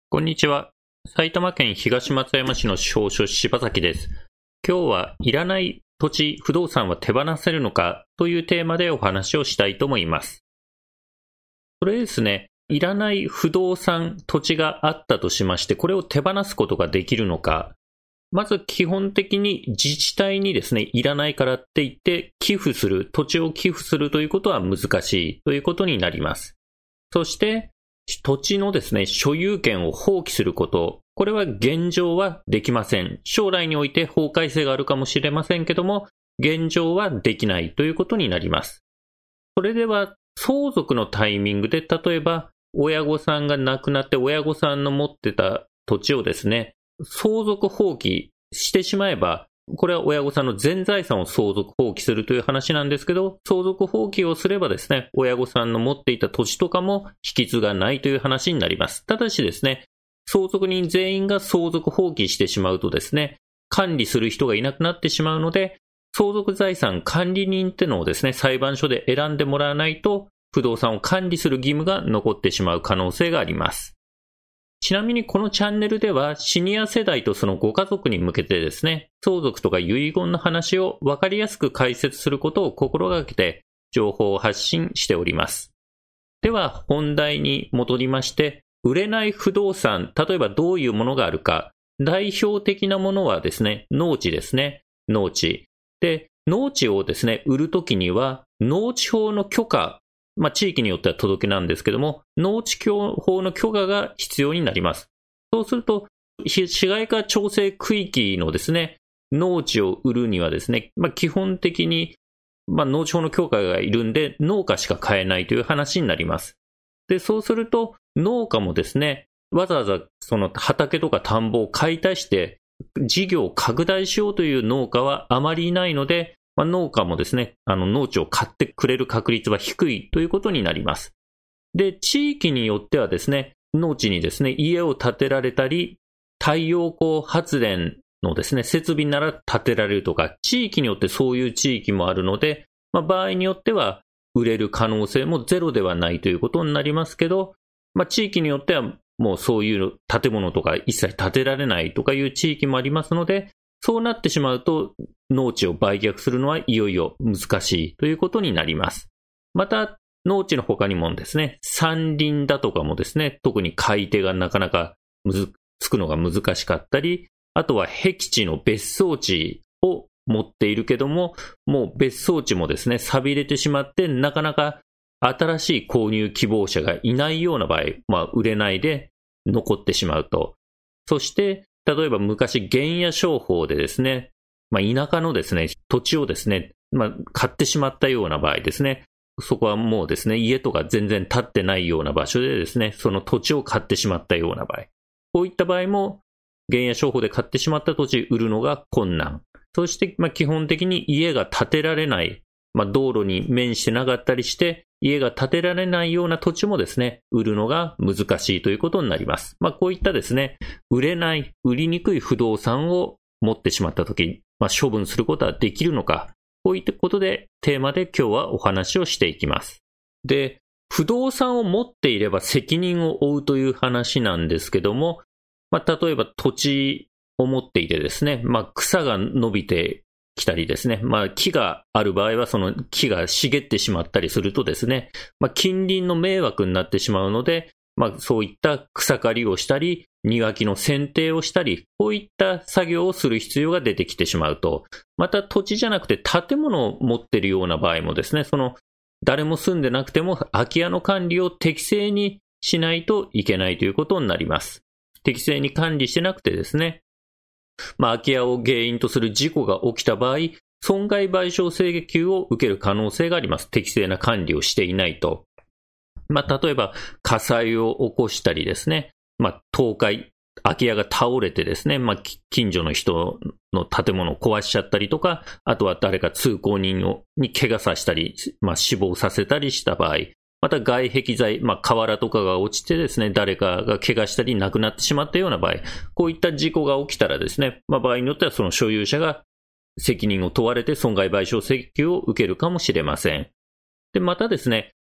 こんにちは。埼玉県東松山市の司法書柴崎です。今日はいらない土地、不動産は手放せるのかというテーマでお話をしたいと思います。それですね、いらない不動産、土地があったとしまして、これを手放すことができるのか。まず基本的に自治体にですね、いらないからって言って寄付する、土地を寄付するということは難しいということになります。そして、土地のですね、所有権を放棄すること、これは現状はできません。将来において法改正があるかもしれませんけども、現状はできないということになります。それでは、相続のタイミングで、例えば、親御さんが亡くなって親御さんの持ってた土地をですね、相続放棄してしまえば、これは親御さんの全財産を相続放棄するという話なんですけど、相続放棄をすればですね、親御さんの持っていた土地とかも引き継がないという話になります。ただしですね、相続人全員が相続放棄してしまうとですね、管理する人がいなくなってしまうので、相続財産管理人ってのをですね、裁判所で選んでもらわないと、不動産を管理する義務が残ってしまう可能性があります。ちなみにこのチャンネルではシニア世代とそのご家族に向けてですね、相続とか遺言の話を分かりやすく解説することを心がけて情報を発信しております。では本題に戻りまして、売れない不動産、例えばどういうものがあるか、代表的なものはですね、農地ですね。農地。で、農地をですね、売るときには農地法の許可、地域によっては届けなんですけども、農地法の許可が必要になります。そうすると、市街化調整区域のですね、農地を売るにはですね、基本的に、農地法の許可がいるんで、農家しか買えないという話になります。で、そうすると、農家もですね、わざわざその畑とか田んぼを買い足して、事業を拡大しようという農家はあまりいないので、農家もですね、農地を買ってくれる確率は低いということになります。で、地域によってはですね、農地にですね、家を建てられたり、太陽光発電のですね、設備なら建てられるとか、地域によってそういう地域もあるので、場合によっては売れる可能性もゼロではないということになりますけど、地域によってはもうそういう建物とか一切建てられないとかいう地域もありますので、そうなってしまうと農地を売却するのはいよいよ難しいということになります。また農地の他にもですね、山林だとかもですね、特に買い手がなかなかつくのが難しかったり、あとは僻地の別荘地を持っているけども、もう別荘地もですね、錆びれてしまってなかなか新しい購入希望者がいないような場合、売れないで残ってしまうと。そして例えば昔原野商法でですね、田舎のですね、土地をですね、買ってしまったような場合ですね、そこはもうですね、家とか全然建ってないような場所でですね、その土地を買ってしまったような場合、こういった場合も原野商法で買ってしまった土地売るのが困難。そして基本的に家が建てられない、道路に面してなかったりして家が建てられないような土地もですね、売るのが難しいということになります。こういったですね、売れない、売りにくい不動産を持ってしまったとき、処分することはできるのか、こういったことでテーマで今日はお話をしていきます。で、不動産を持っていれば責任を負うという話なんですけども、例えば土地を持っていてですね、草が伸びてきたりですね、木がある場合はその木が茂ってしまったりするとですね、近隣の迷惑になってしまうので、そういった草刈りをしたり、庭木の剪定をしたり、こういった作業をする必要が出てきてしまうと、また土地じゃなくて建物を持っているような場合もですね、その誰も住んでなくても空き家の管理を適正にしないといけないということになります。適正に管理してなくてですね、空き家を原因とする事故が起きた場合、損害賠償請求を受ける可能性があります。適正な管理をしていないと。例えば火災を起こしたりですね、倒壊、空き家が倒れてですね、近所の人の建物を壊しちゃったりとか、あとは誰か通行人に怪我させたり、死亡させたりした場合、また外壁材、瓦とかが落ちてですね、誰かが怪我したり亡くなってしまったような場合、こういった事故が起きたらですね、場合によってはその所有者が責任を問われて損害賠償請求を受けるかもしれません。で、またですね、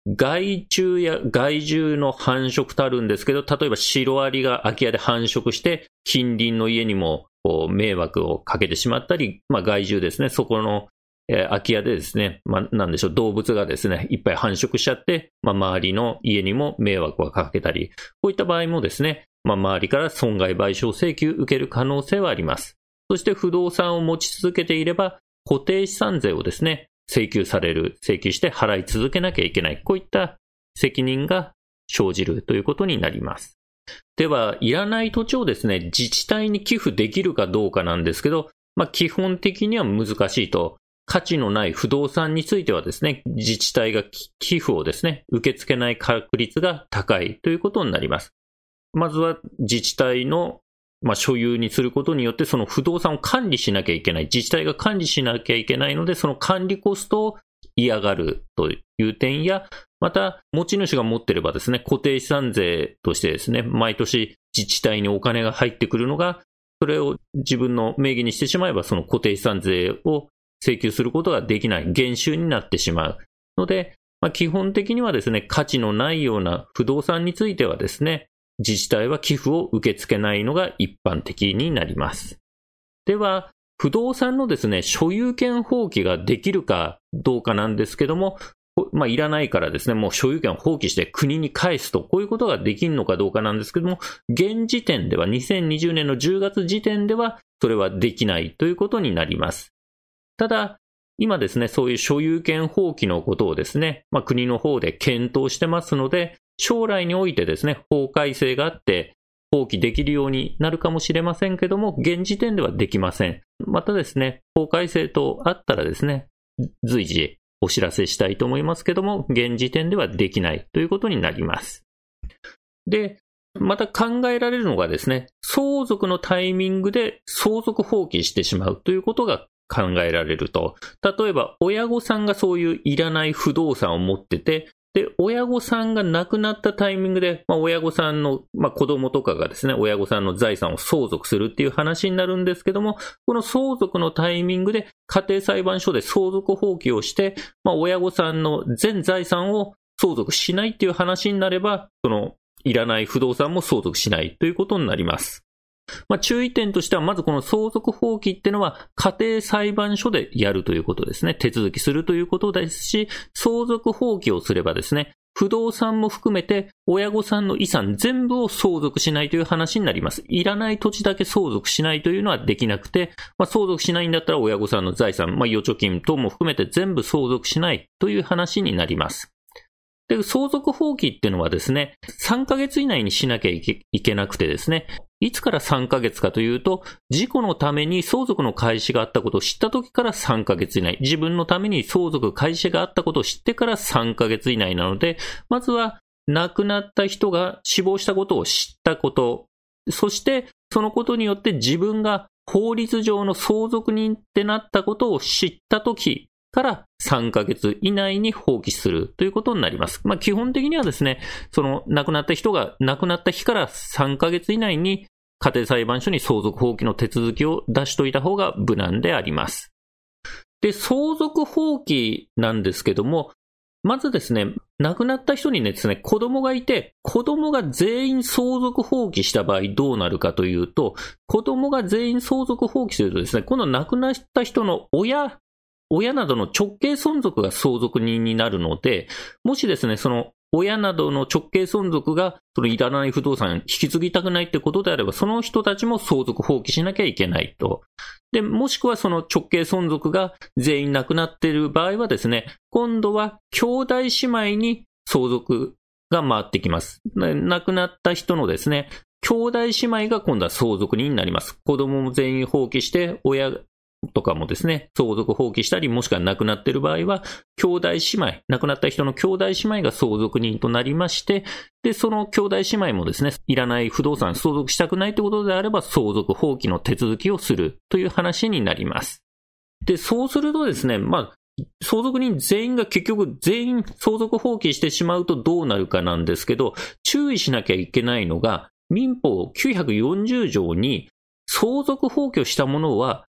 害虫や害獣の繁殖とあるんですけど、例えばシロアリが空き家で繁殖して近隣の家にも迷惑をかけてしまったり、害獣ですね、そこの空き家でですね、なんでしょう、動物がですね、いっぱい繁殖しちゃって、周りの家にも迷惑をかけたり、こういった場合もですね、周りから損害賠償請求を受ける可能性はあります。そして不動産を持ち続けていれば、固定資産税をですね、請求して払い続けなきゃいけない。こういった責任が生じるということになります。では、いらない土地をですね、自治体に寄付できるかどうかなんですけど、基本的には難しいと。価値のない不動産についてはですね、自治体が寄付をですね、受け付けない確率が高いということになります。まずは自治体の所有にすることによってその不動産を管理しなきゃいけない。自治体が管理しなきゃいけないので、その管理コストを嫌がるという点や、また持ち主が持っていればですね、固定資産税としてですね、毎年自治体にお金が入ってくるのが、それを自分の名義にしてしまえば、その固定資産税を請求することができない、減収になってしまうので、基本的にはですね、価値のないような不動産についてはですね、自治体は寄付を受け付けないのが一般的になります。では、不動産のですね、所有権放棄ができるかどうかなんですけども、いらないからですね、もう所有権を放棄して国に返すと、こういうことができるのかどうかなんですけども、現時点では、2020年の10月時点では、それはできないということになります。ただ、今ですね、そういう所有権放棄のことをですね、国の方で検討してますので、将来においてですね、法改正があって放棄できるようになるかもしれませんけども、現時点ではできません。またですね、法改正とあったらですね、随時お知らせしたいと思いますけども、現時点ではできないということになります。で、また考えられるのがですね、相続のタイミングで相続放棄してしまうということが考えられると。例えば、親御さんがそういういらない不動産を持ってて、で、親御さんが亡くなったタイミングで、親御さんの、子供とかがですね、親御さんの財産を相続するっていう話になるんですけども、この相続のタイミングで家庭裁判所で相続放棄をして、親御さんの全財産を相続しないっていう話になれば、そのいらない不動産も相続しないということになります。注意点としては、まずこの相続放棄っていうのは家庭裁判所でやるということですね。手続きするということですし、相続放棄をすればですね、不動産も含めて親御さんの遺産全部を相続しないという話になります。いらない土地だけ相続しないというのはできなくて、相続しないんだったら親御さんの財産、預貯金等も含めて全部相続しないという話になります。で、相続放棄っていうのはですね、3ヶ月以内にしなきゃいけなくてですね、いつから3ヶ月かというと、事故のために相続の開始があったことを知った時から3ヶ月以内、自分のために相続開始があったことを知ってから3ヶ月以内なので、まずは亡くなった人が死亡したことを知ったこと、そしてそのことによって自分が法律上の相続人ってなったことを知った時から3ヶ月以内に放棄するということになります。基本的にはですね、その亡くなった人が亡くなった日から3ヶ月以内に家庭裁判所に相続放棄の手続きを出しといた方が無難であります。で、相続放棄なんですけども、まずですね、亡くなった人にですね、子供がいて、子供が全員相続放棄した場合どうなるかというと、子供が全員相続放棄するとですね、この亡くなった人の親などの直系存続が相続人になるので、もしですね、その親などの直系存続がそのいらない不動産引き継ぎたくないってことであれば、その人たちも相続放棄しなきゃいけないと。で、もしくはその直系存続が全員亡くなっている場合はですね、今度は兄弟姉妹に相続が回ってきます。亡くなった人のですね、兄弟姉妹が今度は相続人になります。子供も全員放棄して、親とかもですね、相続放棄したり、もしくは亡くなっている場合は、兄弟姉妹、亡くなった人の兄弟姉妹が相続人となりまして、で、その兄弟姉妹もですね、いらない不動産相続したくないということであれば、相続放棄の手続きをするという話になります。で、そうするとですね、相続人全員が結局全員相続放棄してしまうとどうなるかなんですけど、注意しなきゃいけないのが、民法940条に相続放棄をしたものは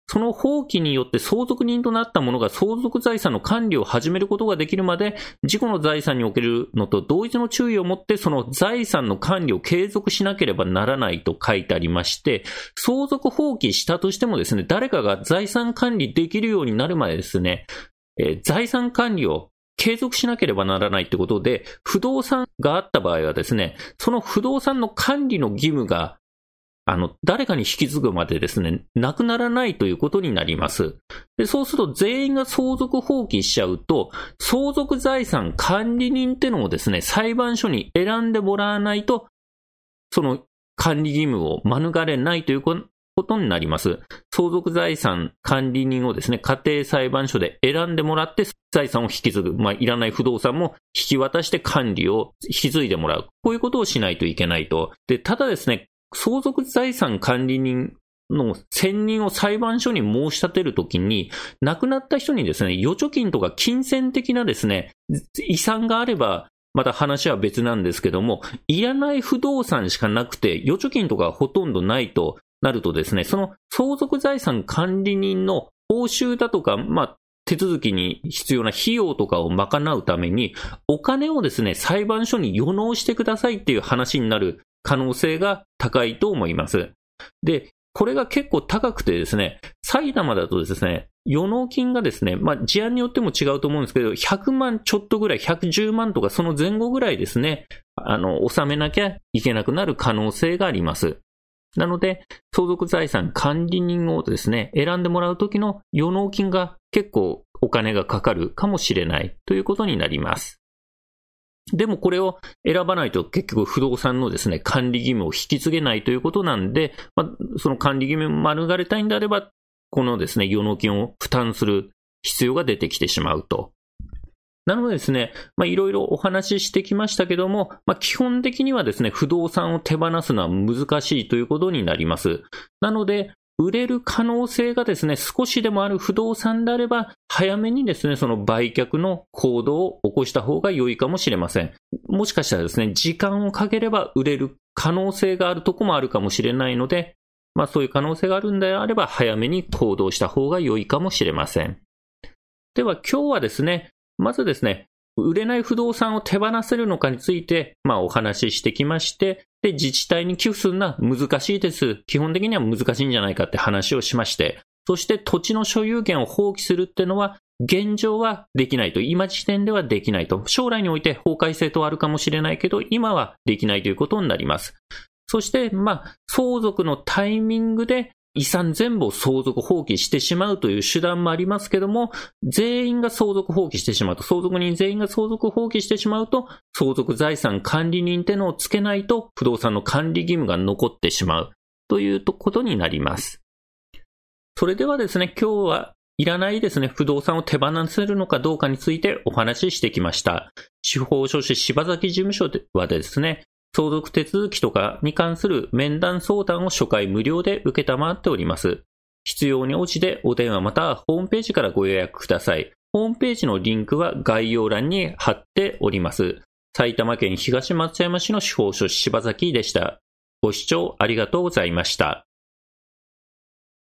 その放棄によって相続人となった者が相続財産の管理を始めることができるまで、自己の財産におけるのと同一の注意を持ってその財産の管理を継続しなければならないと書いてありまして、相続放棄したとしてもですね、誰かが財産管理できるようになるまでですね、財産管理を継続しなければならないということで、不動産があった場合はですね、その不動産の管理の義務が誰かに引き継ぐまでですね、なくならないということになります。で、そうすると全員が相続放棄しちゃうと、相続財産管理人ってのをですね、裁判所に選んでもらわないと、その管理義務を免れないということになります。相続財産管理人をですね、家庭裁判所で選んでもらって財産を引き継ぐ。いらない不動産も引き渡して管理を引き継いでもらう。こういうことをしないといけないと。で、ただですね、相続財産管理人の選任を裁判所に申し立てるときに、亡くなった人にですね、預貯金とか金銭的なですね、遺産があれば、また話は別なんですけども、いらない不動産しかなくて、預貯金とかほとんどないとなるとですね、その相続財産管理人の報酬だとか、手続きに必要な費用とかを賄うために、お金をですね、裁判所に余納してくださいっていう話になる可能性が高いと思います。で、これが結構高くてですね、埼玉だとですね、余納金がですね、事案によっても違うと思うんですけど、100万ちょっとぐらい、110万とかその前後ぐらいですね、納めなきゃいけなくなる可能性があります。なので、相続財産管理人をですね、選んでもらうときの余納金が結構お金がかかるかもしれないということになります。でもこれを選ばないと結局不動産のですね、管理義務を引き継げないということなんで、その管理義務を免れたいんであれば、このですね、余納金を負担する必要が出てきてしまうと。なのでですね、いろいろお話ししてきましたけども、基本的にはですね、不動産を手放すのは難しいということになります。なので、売れる可能性がですね、少しでもある不動産であれば、早めにですね、その売却の行動を起こした方が良いかもしれません。もしかしたらですね、時間をかければ売れる可能性があるとこもあるかもしれないので、そういう可能性があるんであれば、早めに行動した方が良いかもしれません。では今日はですね、まずですね、売れない不動産を手放せるのかについて、お話ししてきまして、で、自治体に寄付するのは難しいです。基本的には難しいんじゃないかって話をしまして、そして土地の所有権を放棄するっていうのは、現状はできないと。今時点ではできないと。将来において法改正とあるかもしれないけど、今はできないということになります。そして、相続のタイミングで、遺産全部を相続放棄してしまうという手段もありますけども、全員が相続放棄してしまうと、相続人全員が相続放棄してしまうと、相続財産管理人ってのをつけないと、不動産の管理義務が残ってしまうということになります。それではですね、今日はいらないですね、不動産を手放せるのかどうかについてお話ししてきました。司法書士柴崎事務所ではですね、相続手続きとかに関する面談相談を初回無料で受けたまっております。必要に応じてお電話またはホームページからご予約ください。ホームページのリンクは概要欄に貼っております。埼玉県東松山市の司法書士柴崎でした。ご視聴ありがとうございました。